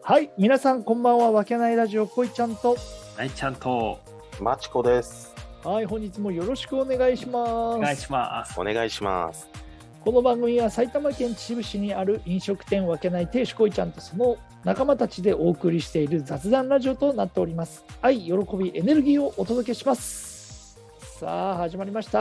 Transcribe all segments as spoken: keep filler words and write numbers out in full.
はい、皆さんこんばんは。わけないラジオこいちゃんとないちゃんとまちこです。 はい、本日もよろしくお願いします。 お願いします。 お願いします。 この番組は埼玉県秩父市にある飲食店わけない亭主こいちゃんとその仲間たちでお送りしている雑談ラジオとなっております。愛、喜び、エネルギーをお届けします。さあ始まりました。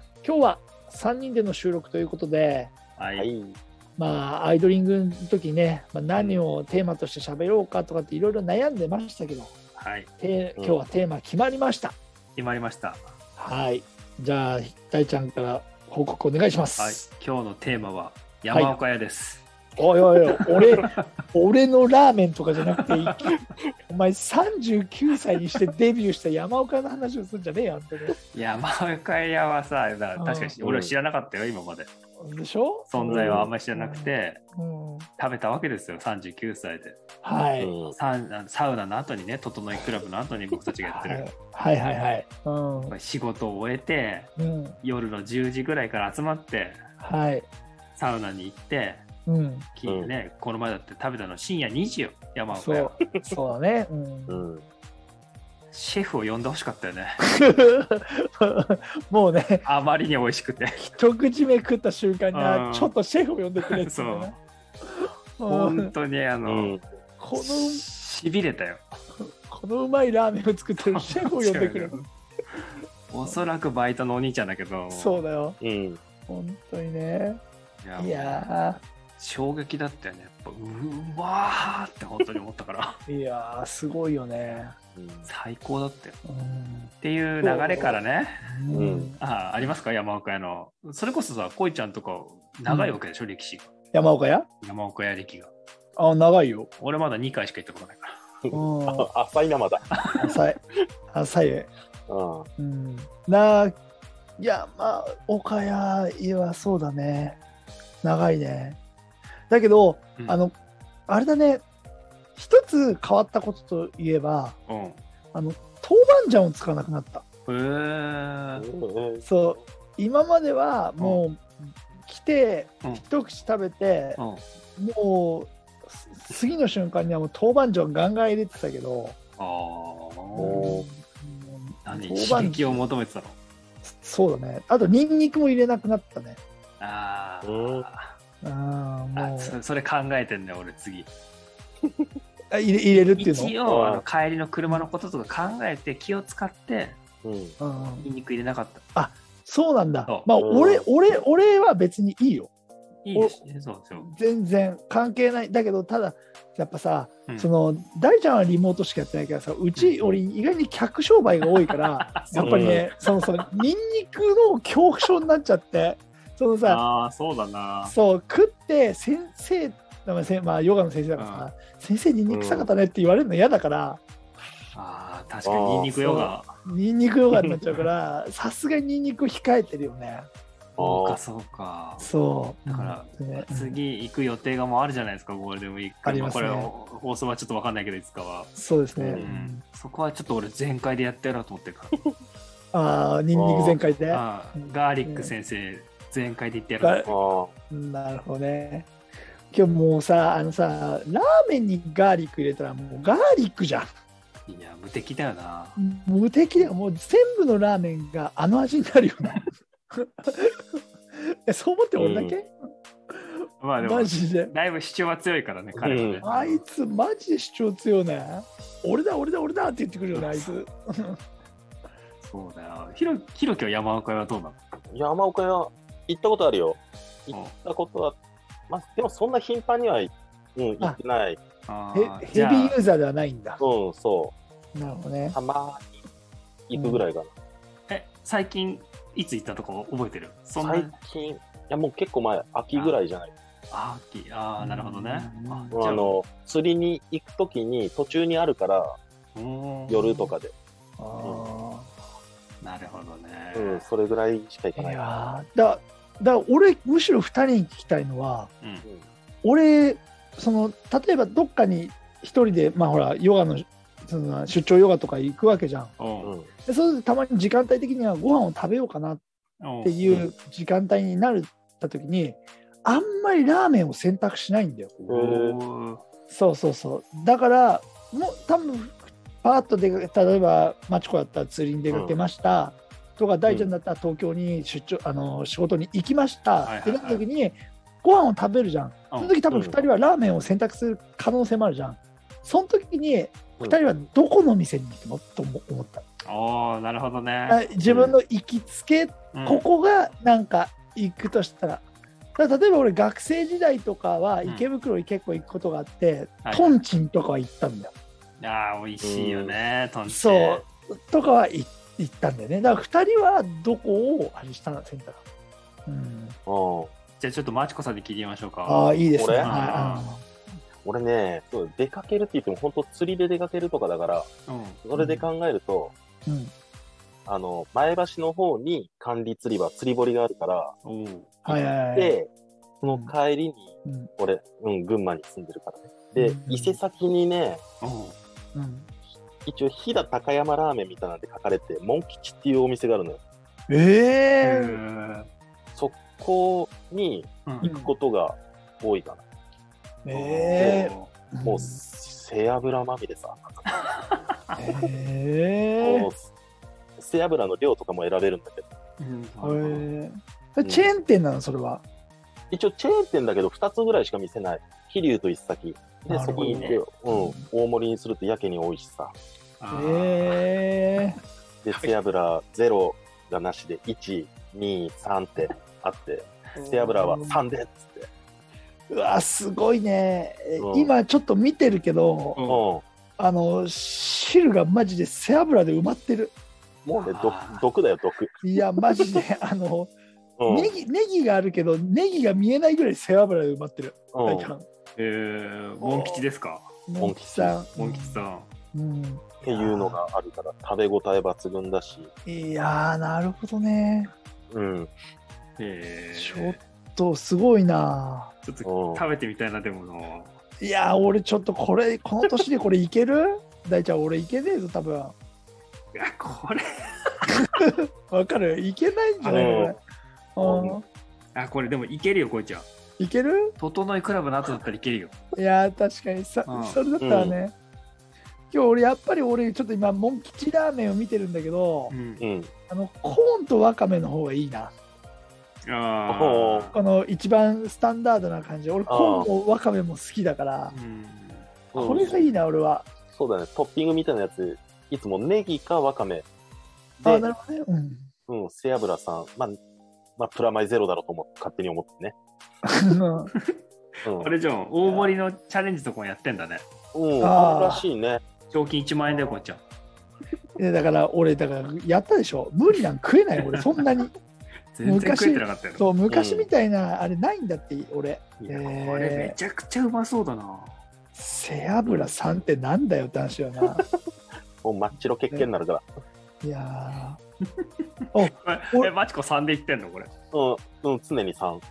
今日はさんにんでの収録ということで、 はい、 はいまあアイドリングの時ね、まあ、何をテーマとして喋ろうかとかっていろいろ悩んでましたけど、 はい、 て今日はテーマ決まりました。 決まりました。 はい、じゃあ大ちゃんから報告お願いします。 はい、今日のテーマは山岡屋です。 はい、おいおいおい、俺俺のラーメンとかじゃなくていいお前さんじゅうきゅうさいにしてデビューした山岡の話をするんじゃねえよ。本当に山岡屋はさ、だから確かに俺は知らなかったよ、今まで。 でしょ、 存在はあんまり知らなくて、 うんうん、 食べたわけですよ、さんじゅうきゅうさいで。 はい、 サ, サウナの後にね、整いクラブの後に僕たちがやってる、 はい、はいはいはい、うん、 仕事を終えて、うん、夜のじゅうじぐらいから集まって、 はい、 サウナに行って、うんね、この前だって食べたの深夜にじよ、山岡屋。 そうそうだね、うんうん、 シェフを呼んでほしかったよねもうね、 あまりに美味しくて一口目食った瞬間に、うん、ちょっとシェフを呼んでくれって、ね、 そう本当にあの、うん、 このしびれたよ。 このうまいラーメンを作ってるシェフを呼んでくれるおそらくバイトのお兄ちゃんだけど。 そうだよ、 うん、 本当にね。 いや、 いや衝撃だったよね。やっぱうわーって本当に思ったからいやすごいよね、 うん、最高だったよ、 うん、 っていう流れからね、 うん、 あ, ありますか、山岡屋の。それこそさ、こいちゃんとか長いわけでしょ、うん、歴史が。 山岡屋山岡屋歴が。 あ、長いよ。 俺まだにかいしか行ったことないから、 うん、浅いな、まだ浅い浅い、 うんうん、な、山岡屋はそうだね、長いね。だけど、うん、あのあれだね、一つ変わったことといえば、うん、あの豆板醤を使わなくなった。 へー。 そう、今まではもう、うん、来て、うん、一口食べて、うん、もう次の瞬間にはもう豆板醤ガンガン入れてたけど、 あー、何、刺激を求めてたの。 そうだね。あとニンニクも入れなくなったね。 あーあもうそ, それ考えてんね、俺次あ 入, れ入れるっていうの。 一応あの帰りの車のこととか考えて気を使って、うん、ニンニク入れなかった。 あ、そうなんだ。まあ俺俺俺は別にいいよ。 いいですね、そうですよ。 全然関係ない。だけどただやっぱさ、うん、その大ちゃんはリモートしかやってないからさ、うち、うん、俺意外に客商売が多いからやっぱりね、そのそのニンニクの恐怖症になっちゃって、そのさ、 あ、そうだな、 そう食って先生、まあヨガの先生だからさ、先生ニンニク臭かったねって言われるの嫌だから、うん、 あ、確かにニンニクヨガ、 ニンニクヨガになっちゃうからさすがにニンニク控えてるよね。 そうかそうか。 そうだから、ね、次行く予定がもうあるじゃないですか、ゴールデンウィーク。 ありますね。 これ放送はちょっと分かんないけどいつかは。 そうですね、 うん、そこはちょっと俺全開でやってやろうと思ってるからああ、ニンニク全開で、 あガーリック先生、うん、全開で言ってやる。 なるほどね。今日もうさ、あのさ、ラーメンにガーリック入れたらもうガーリックじゃん。 いや、無敵だよな。 無敵だよ。もう全部のラーメンがあの味になるよねそう思って俺だけ、 うん、まあでもマジでだいぶ主張は強いからね、彼はね、 うん、あいつマジで主張強いね。俺だ俺だ俺だって言ってくるよね、あいつそうだよ。ひろきは山岡屋はどうなの？ 山岡屋行ったことあるよ。行ったことは、まあ、でもそんな頻繁には、うん、行ってない。 あヘビーユーザーではないんだ。 うん、そう。 なるほどね。 たまに行くぐらいかな。 うん、え、最近いつ行ったとこ覚えてる？そんな最近、いやもう結構前、秋ぐらいじゃない。 あ、秋、ああ、なるほどね。 ああの釣りに行くときに途中にあるから、夜とかで。 あ、うん、なるほどね。 うん、それぐらいしか行かない。 いやだだ俺むしろふたりに聞きたいのは、うん、俺その例えばどっかに一人でまあほらヨガのその出張ヨガとか行くわけじゃん。うん、でそれでたまに時間帯的にはご飯を食べようかなっていう時間帯になった時に、あんまりラーメンを選択しないんだよ。 そうそうそう。だからもう多分パーッと出かけ、例えばマチコだったら釣りに出かけました、うん、とか大ちゃんだったら東京に出張、あの仕事に行きました、はいはいはい、ってなった時にご飯を食べるじゃん。その時多分ふたりはラーメンを選択する可能性もあるじゃん。その時にふたりはどこの店に行くのと思った。 おー、なるほどね。 自分の行きつけ、うん、ここがなんか行くとしたら、だから例えば俺学生時代とかは池袋に結構行くことがあって、うん、トンチンとかは行ったんだよ。 ああ、美味しいよね、うん、トンチン。 そうとかは行ったんだよね。だからふたりはどこをあれしたの選択。うん。 じゃあちょっとマチコさんで聞いてみましょうか。 ああ、いいですね。 俺、はい、俺ね、そう出かけるって言っても本当釣りで出かけるとかだから、うん、それで考えると、うん、あの前橋の方に管理釣り場、釣り堀があるから、うん、行って、はいはいはい、その帰りに、うん、俺、うん、群馬に住んでるからね。で、うん、伊勢崎にね、うん、一応飛騨高山ラーメンみたいなんで書かれて、モン吉っていうお店があるのよ。 えー、 そこに行くことが多いかな。 うん、えー、もう背脂まみれさ。 えー、 背脂の量とかも選べるんだけど。 えー、チェーン店なのそれは？ 一応チェーン店だけどふたつぐらいしか店ない。飛龍と一崎。で、そこに行って、うん、大盛りにするとやけに多いしさ。 へー。で、背脂ゼロがなしでいち、に、さんってあって、背脂はさんでっつって。 うわ、すごいね。うん、今ちょっと見てるけど、うん、あの、汁がマジで背脂で埋まってる。 もうね、毒だよ、毒。 いや、マジで、あの、うん、ネギ、ネギがあるけど、ネギが見えないぐらい背脂で埋まってる。大ちゃん。 えー、モン吉ですか？ モン吉さん。 モン吉さん。 うん、 っていうのがあるから食べ応え抜群だし。 いやー、なるほどね。 うん。 えー、ちょっとすごいな。 ちょっと食べてみたいな、でもな。 いやー、俺ちょっとこれ、この年でこれいける？大ちゃん、俺いけねえぞ、多分。いや、これ。 わかる？いけないんじゃないのこれ。 あ、これでもいけるよ、こいちゃん。 いける？ 整いクラブの後だったらいけるよ。 いやー、確かにさ、うん、それだったらね、うん、今日俺やっぱり俺ちょっと今モン吉ラーメンを見てるんだけど、うん、あのコーンとわかめの方がいいな。 あこの一番スタンダードな感じ。俺コーンもわかめも好きだから、うん、これがいいな、俺は。 そうだね、トッピングみたいなやついつもネギかわかめで、 あ、なるほどね、 うんうん、背脂さん、まあまあ、プラマイゼロだろうと思勝手に思ってね。 うん、あれじゃん、大盛りのチャレンジとかもやってんだね。 うん、あるらしいね。 賞金いちまん円だよ、こっちゃん。 だから俺、だからやったでしょ。無理なん食えない、俺、そんなに。 全然食えてなかったよ。 そう、昔みたいな、あれないんだって、俺。 いや、えー、これめちゃくちゃうまそうだな。 背脂さんってなんだよって話よな。 もう真っ白血気になるから。 いやー。おえ、マチコさんで言ってんのこれ。 うん、うん、常にさん。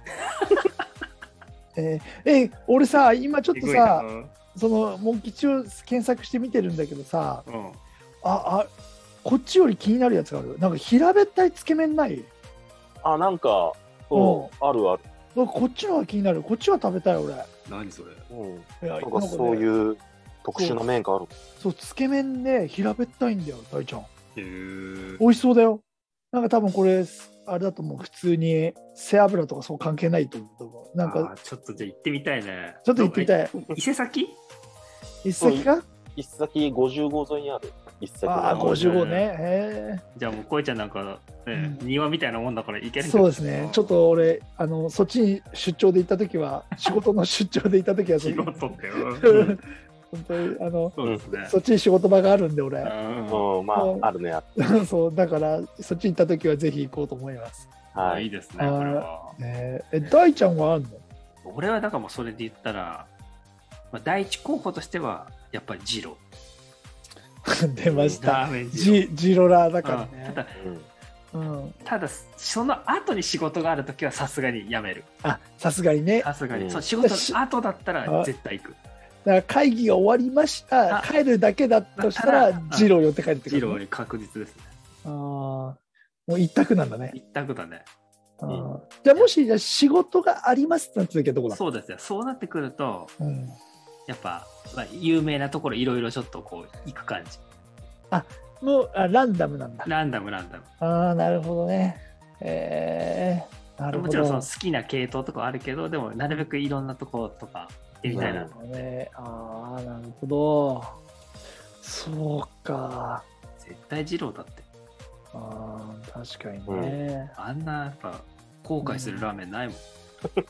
えー、え俺さ、今ちょっとさ、そのモン吉を検索してみてるんだけどさ、うん、ああこっちより気になるやつがある。なんか平べったいつけ麺ない？ あ、なんか、そう、あるある。 なんかこっちのが気になる。こっちは食べたい俺。 何それ？ うん。いや、なんかそういう特殊な麺がある。 そう、つけ麺で平べったいんだよ、大ちゃん。へえ。 美味しそうだよ。なんか多分これあれだと思う。普通に背脂とかそう関係ないと思う。なんかちょっとじゃあ行ってみたいね。 ちょっと行ってみたい。 伊勢崎？ 伊勢崎か？ 伊勢崎ごじゅうご沿いにある。伊勢崎。 ああ、ごじゅうごね。へえ。 じゃあもうこいちゃんなんか、ね、うん、庭みたいなもんだから行ける。 そうですね。ちょっと俺あのそっちに出張で行った時は仕事の出張で行った時は仕事ってよ。 本当にあのそうですね、 そっちに仕事場があるんで俺。 うん、まああるね。 そうだからそっちに行った時はぜひ行こうと思います。 はい、いいですね。これは。 ええ、大ちゃんはあるの？ 俺はだからもうそれで言ったら、まあ、第一候補としてはやっぱりジロ出ました。ジジロラーだからね。 ただ、うん、ただその後に仕事があるときはさすがにやめる。 あ、さすがにね。 さすがに、うん、そう仕事の後だったら絶対行く。 だから会議が終わりました。帰るだけだとしたらジロー寄って帰るってこと、ね。ジローに確実ですね。 ああ、もう一択なんだね。 一択だね。 あ、うん、じゃあもしじゃあ仕事がありますってなった時はどこだ？ そうですよ。そうなってくると、うん、 やっぱ、まあ、有名なところいろいろちょっとこう行く感じ。 あ、もうあランダムなんだ。 ランダムランダム。 ああ、なるほどね。えー、なるほど。 もちろんその好きな系統とかあるけど、でもなるべくいろんなところとか行ってみたいな。 ね、ああ、なるほど。そうか。 絶対二郎だって。 ああ、確かにね、 うん。あんなやっぱ後悔するラーメンないもん。 うん、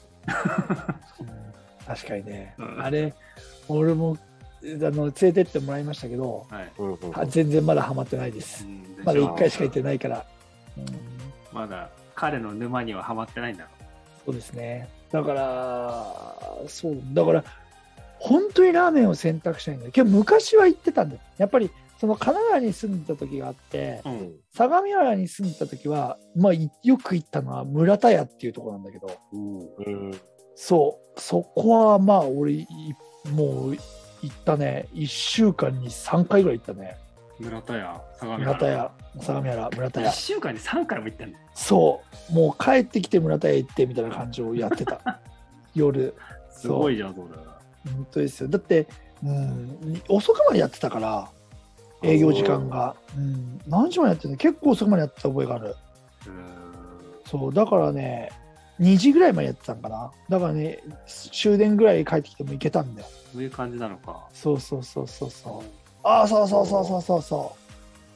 確かにね。うん、あれ、俺もあの連れてってもらいましたけど、はい、全然まだハマってないです。うん、まだいっかいしか行ってないから。 うん、まだ彼の沼にはハマってないんだろう。そうですね。だから、そう、だから、本当にラーメンを選択したいんだけど、昔は行ってたんだよ。やっぱり、その神奈川に住んでた時があって、うん、相模原に住んでた時は、まあ、よく行ったのは村田屋っていうところなんだけど、うん、そう、そこはまあ、俺、もう行ったね、いっしゅうかんにさんかいぐらい行ったね。 村田屋、相模原。 村田屋、相模原、村田屋。 いっしゅうかんにさんかいも行ってんの？ そう、もう帰ってきて村田屋行ってみたいな感じをやってた。夜。 すごいじゃん、そうだよ。 本当ですよ。だって、うん、遅くまでやってたから、営業時間が。うん、何時までやってるの？結構遅くまでやってた覚えがある。そう、だからね、にじぐらいまでやってたんかな。だからね、終電ぐらい帰ってきても行けたんだよ。 そういう感じなのか。 そうそうそうそうそう。ああ、そうそうそうそうそうそう。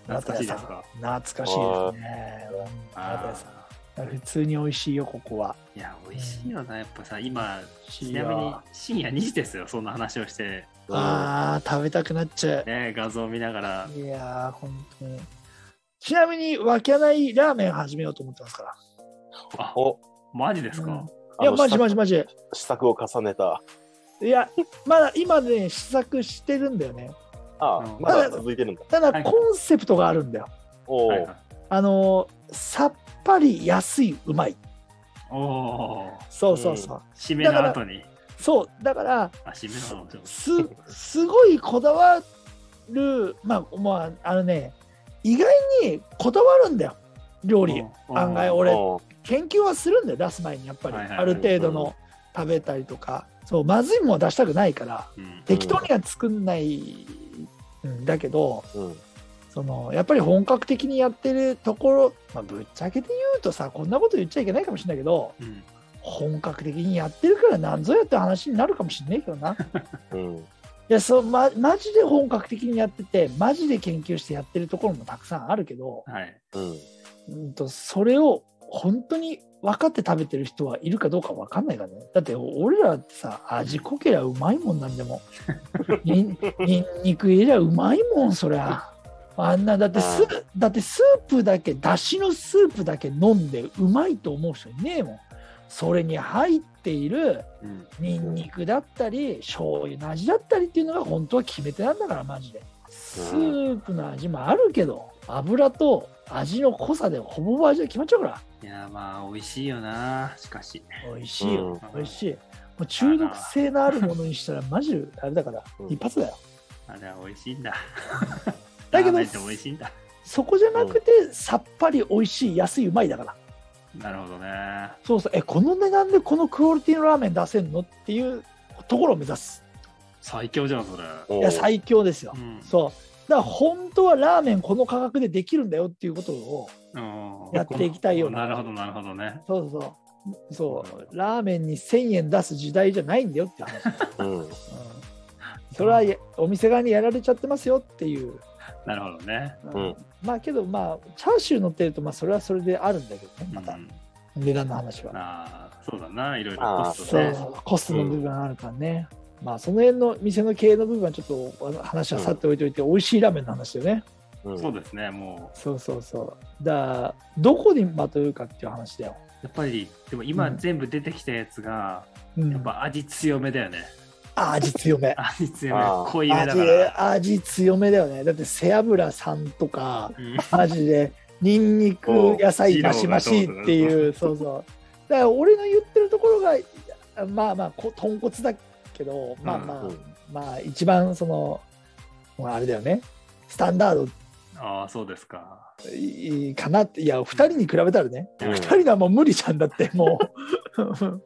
懐かしいですか？ 懐かしいですね。普通に美味しいよ、ここは。 いや、美味しいよな、やっぱさ、今、ちなみに深夜にじですよ、そんな話をして。 ああ、食べたくなっちゃう。 ね、画像見ながら。 いやー、本当に。ちなみに、わけないラーメン始めようと思ってますから。 あ、お、マジですか？うん、 いや、マジマジマジ。 試作を重ねた。 いや、まだ今ね、試作してるんだよね。 ああ、うん、まだ続いてるんだ。 ただ、コンセプトがあるんだよ。 おはい、あの、さっぱり安いうまい。 おそうそうそう。 締めの後に。 そう、だから、 あ、締めの後す、すごいこだわる、まあ、まあ、あのね、意外にこだわるんだよ、料理。案外、俺、研究はするんだよ、出す前に、やっぱり。ある程度の食べたりとか。そう、まずいもの出したくないから、うん、適当には作んないんだけど、うん、そのやっぱり本格的にやってるところ、まあ、ぶっちゃけて言うとさ、こんなこと言っちゃいけないかもしれないけど、うん、本格的にやってるからなんぞやって話になるかもしれないけどな。うん、いやそう、ま、マジで本格的にやってて、マジで研究してやってるところもたくさんあるけど、はいうん、とそれを本当に分かって食べてる人はいるかどうか分かんないからね。だって俺らってさ、味濃けりゃうまいもんなんでも。に, にんにく入れりゃうまいもん、そりゃ。あんな、だってス、だってスープだけ、だしのスープだけ飲んでうまいと思う人いねえもん。それに入っているにんにくだったり、醤油の味だったりっていうのが本当は決め手なんだから、マジで。スープの味もあるけど、油と味の濃さでほぼほぼ味が決まっちゃうから。 いやまあ美味しいよな、しかし美味しいよ、うん、美味しい。もう中毒性のあるものにしたらマジあれだから、うん、一発だよ。 あれは美味しいんだ。 だけど美味しいんだ。 そこじゃなくて、うん、さっぱり美味しい、安い、うまいだから。 なるほどね。 そうそう、えこの値段でこのクオリティのラーメン出せんのっていうところを目指す。 最強じゃんそれ。 いや最強ですよ、うん、そうだから本当はラーメンこの価格でできるんだよっていうことをやっていきたいような。 なるほどなるほどね。 そうそうそうラーメンにせんえん出す時代じゃないんだよって話、うんうん、それはお店側にやられちゃってますよっていう。 なるほどね、 うん、まあけどまあチャーシュー乗ってるとまあそれはそれであるんだけどね、また、うん、値段の話は。 あそうだな、いろいろコストね。 そうコストの部分あるからね、うん、まあその辺の店の経営の部分はちょっと話は去っておいておいて、うん、美味しいラーメンの話だよね、 うん、そうですね。もうそうそうそうだからどこにまとうかっていう話だよ。 やっぱりでも今全部出てきたやつが、うん、やっぱ味強めだよね。 味強め味強め濃いめだから味, 味強めだよね。だって背脂さんとか、うん、マジでニンニク野菜増し増しっていうそうそうだから俺の言ってるところがまあまあ豚骨だけど、まあまあ、うん、まあ一番そのあれだよね、スタンダード。 ああそうですか。 いいかなって。いやふたりに比べたらね、うん、ふたりはもう無理じゃんだってもう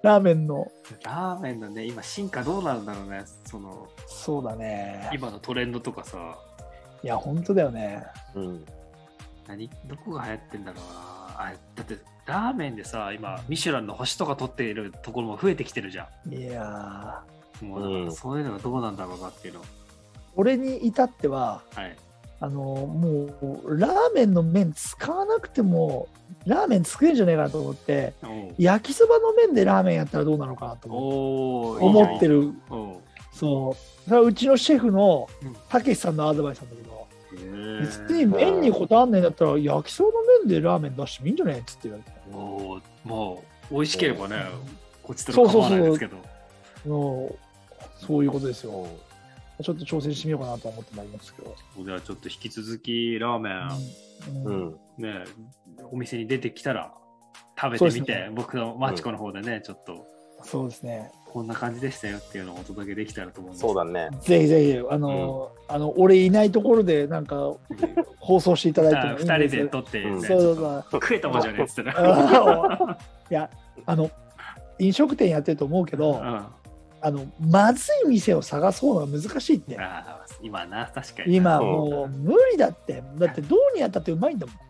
ラーメンの。 ラーメンのね、今進化どうなるんだろうね。そのそうだね。 今のトレンドとかさ。 いや、本当だよね。 うん。 何どこが流行ってんだろうな。あ、だってラーメンでさ、今ミシュランの星とか取っているところも増えてきてるじゃん。いやー。もうだからそういうのがどうなんだろうなっていうの。うん、 俺に至っては、はい、あのもうラーメンの麺使わなくてもラーメン作れるんじゃないかなと思って、焼きそばの麺でラーメンやったらどうなのかなと思ってる。そう。それはうちのシェフのたけしさんのアドバイスなんだけど、別に麺にこだわんないんだったら焼きそばの麺でラーメン出してもいいんじゃないっつって言われて。 おもう美味しければね、こっちとら構わないですけど。 そうそういうことですよ。ちょっと挑戦してみようかなと思ってまいりますけど。 じゃあちょっと引き続きラーメン、うんうんね、お店に出てきたら食べてみて、ね、僕のマチコの方でね、うん、ちょっとそうですね。 こんな感じでしたよっていうのをお届けできたらと思うんです。 そうだね。 ぜひぜひあの、うん、あの俺いないところでなんか放送していただいてもいいんです。 ふたりで撮って、ね、うん、 そうそう食えたもんじゃねえっつってね。 いやあの飲食店やってると思うけど。うんあのまずい店を探そうのが難しいって。 あ今な、確かに今もう無理だって。だってどうにやったってうまいんだもん。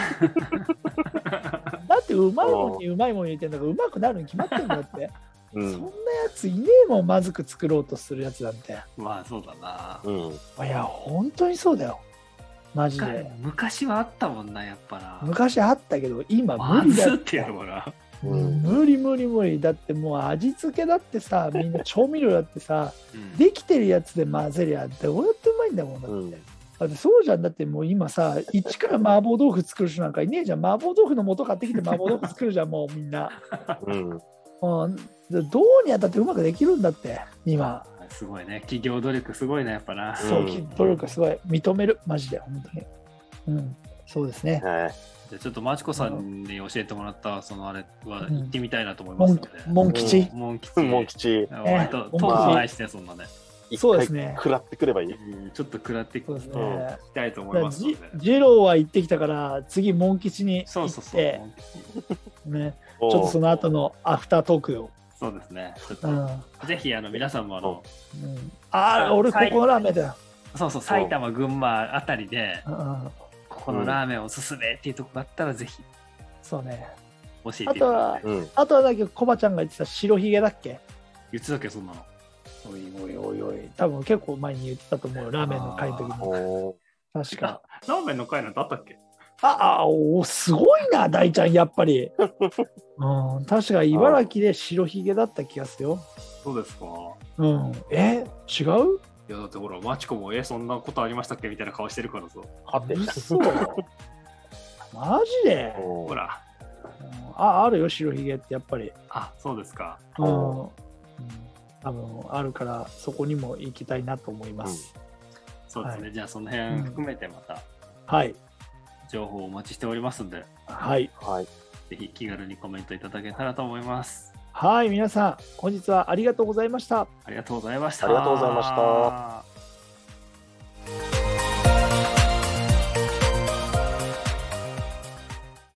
だってうまいもんにうまいもん入れてんだからうまくなるに決まってんだって、うん、そんなやついねえもん、まずく作ろうとするやつなんて。 まあそうだな、 うん、いや本当にそうだよマジで。 昔はあったもんな、やっぱな。 昔あったけど今無理だって、 まずっていうのかな。 うん、無理無理無理。だってもう味付けだってさ、みんな調味料だってさ、うん、できてるやつで混ぜりゃどうやってうまいんだもんだって、うん、だってそうじゃん。だってもう今さ一から麻婆豆腐作る人なんかいねえじゃん。麻婆豆腐の素買ってきて麻婆豆腐作るじゃんもうみんな、うん、もうどうにやったってうまくできるんだって今。 すごいね、企業努力すごいねやっぱな。 そう、努力すごい認めるマジで本当に。うんそうですね、はい。 じゃちょっとマチコさんに教えてもらったそのあれは行ってみたいなと思いますので、 モン吉モン吉モン吉割と遠くないしね、そんなね。 そうですね。 食らってくればいい。 ちょっと食らってくるとしたいと思いますので。 ジローは行ってきたから次モン吉に行って、そうそうそうね、ちょっとその後のアフタートークを。 そうですね。ちょっと、うん、ぜひあの皆さんもあの、 うん、ああ俺ここのラーメンだよ。 そうそう埼玉群馬あたりで。うんこのラーメンおすすめっていうとこがあったらぜひそうね教えていただいて。あとは、 うん、あとはだけどコバちゃんが言ってた白ひげだっけ。 言ってたっけそんなの。 おいおいおいおい多分結構前に言ってたと思うよラーメンの回の時に。確かラーメンの回なんてあったっけ。 ああおすごいな大ちゃんやっぱり、うん、確か茨城で白ひげだった気がするよ。 そうですか。 うんえ違う。 いやだってほらマチコもえそんなことありましたっけみたいな顔してるからさ。 はてそうマジでほら、 うん、ああるよ白ひげってやっぱり。 あそうですか。 うん、うん、多分あるからそこにも行きたいなと思います、うん、 そうですね、はい、じゃあその辺含めてまた、うん、 はい情報をお待ちしておりますんで、 はいはいぜひ気軽にコメントいただけたらと思います。 はい皆さん本日はありがとうございました。 ありがとうございました。 ありがとうございました。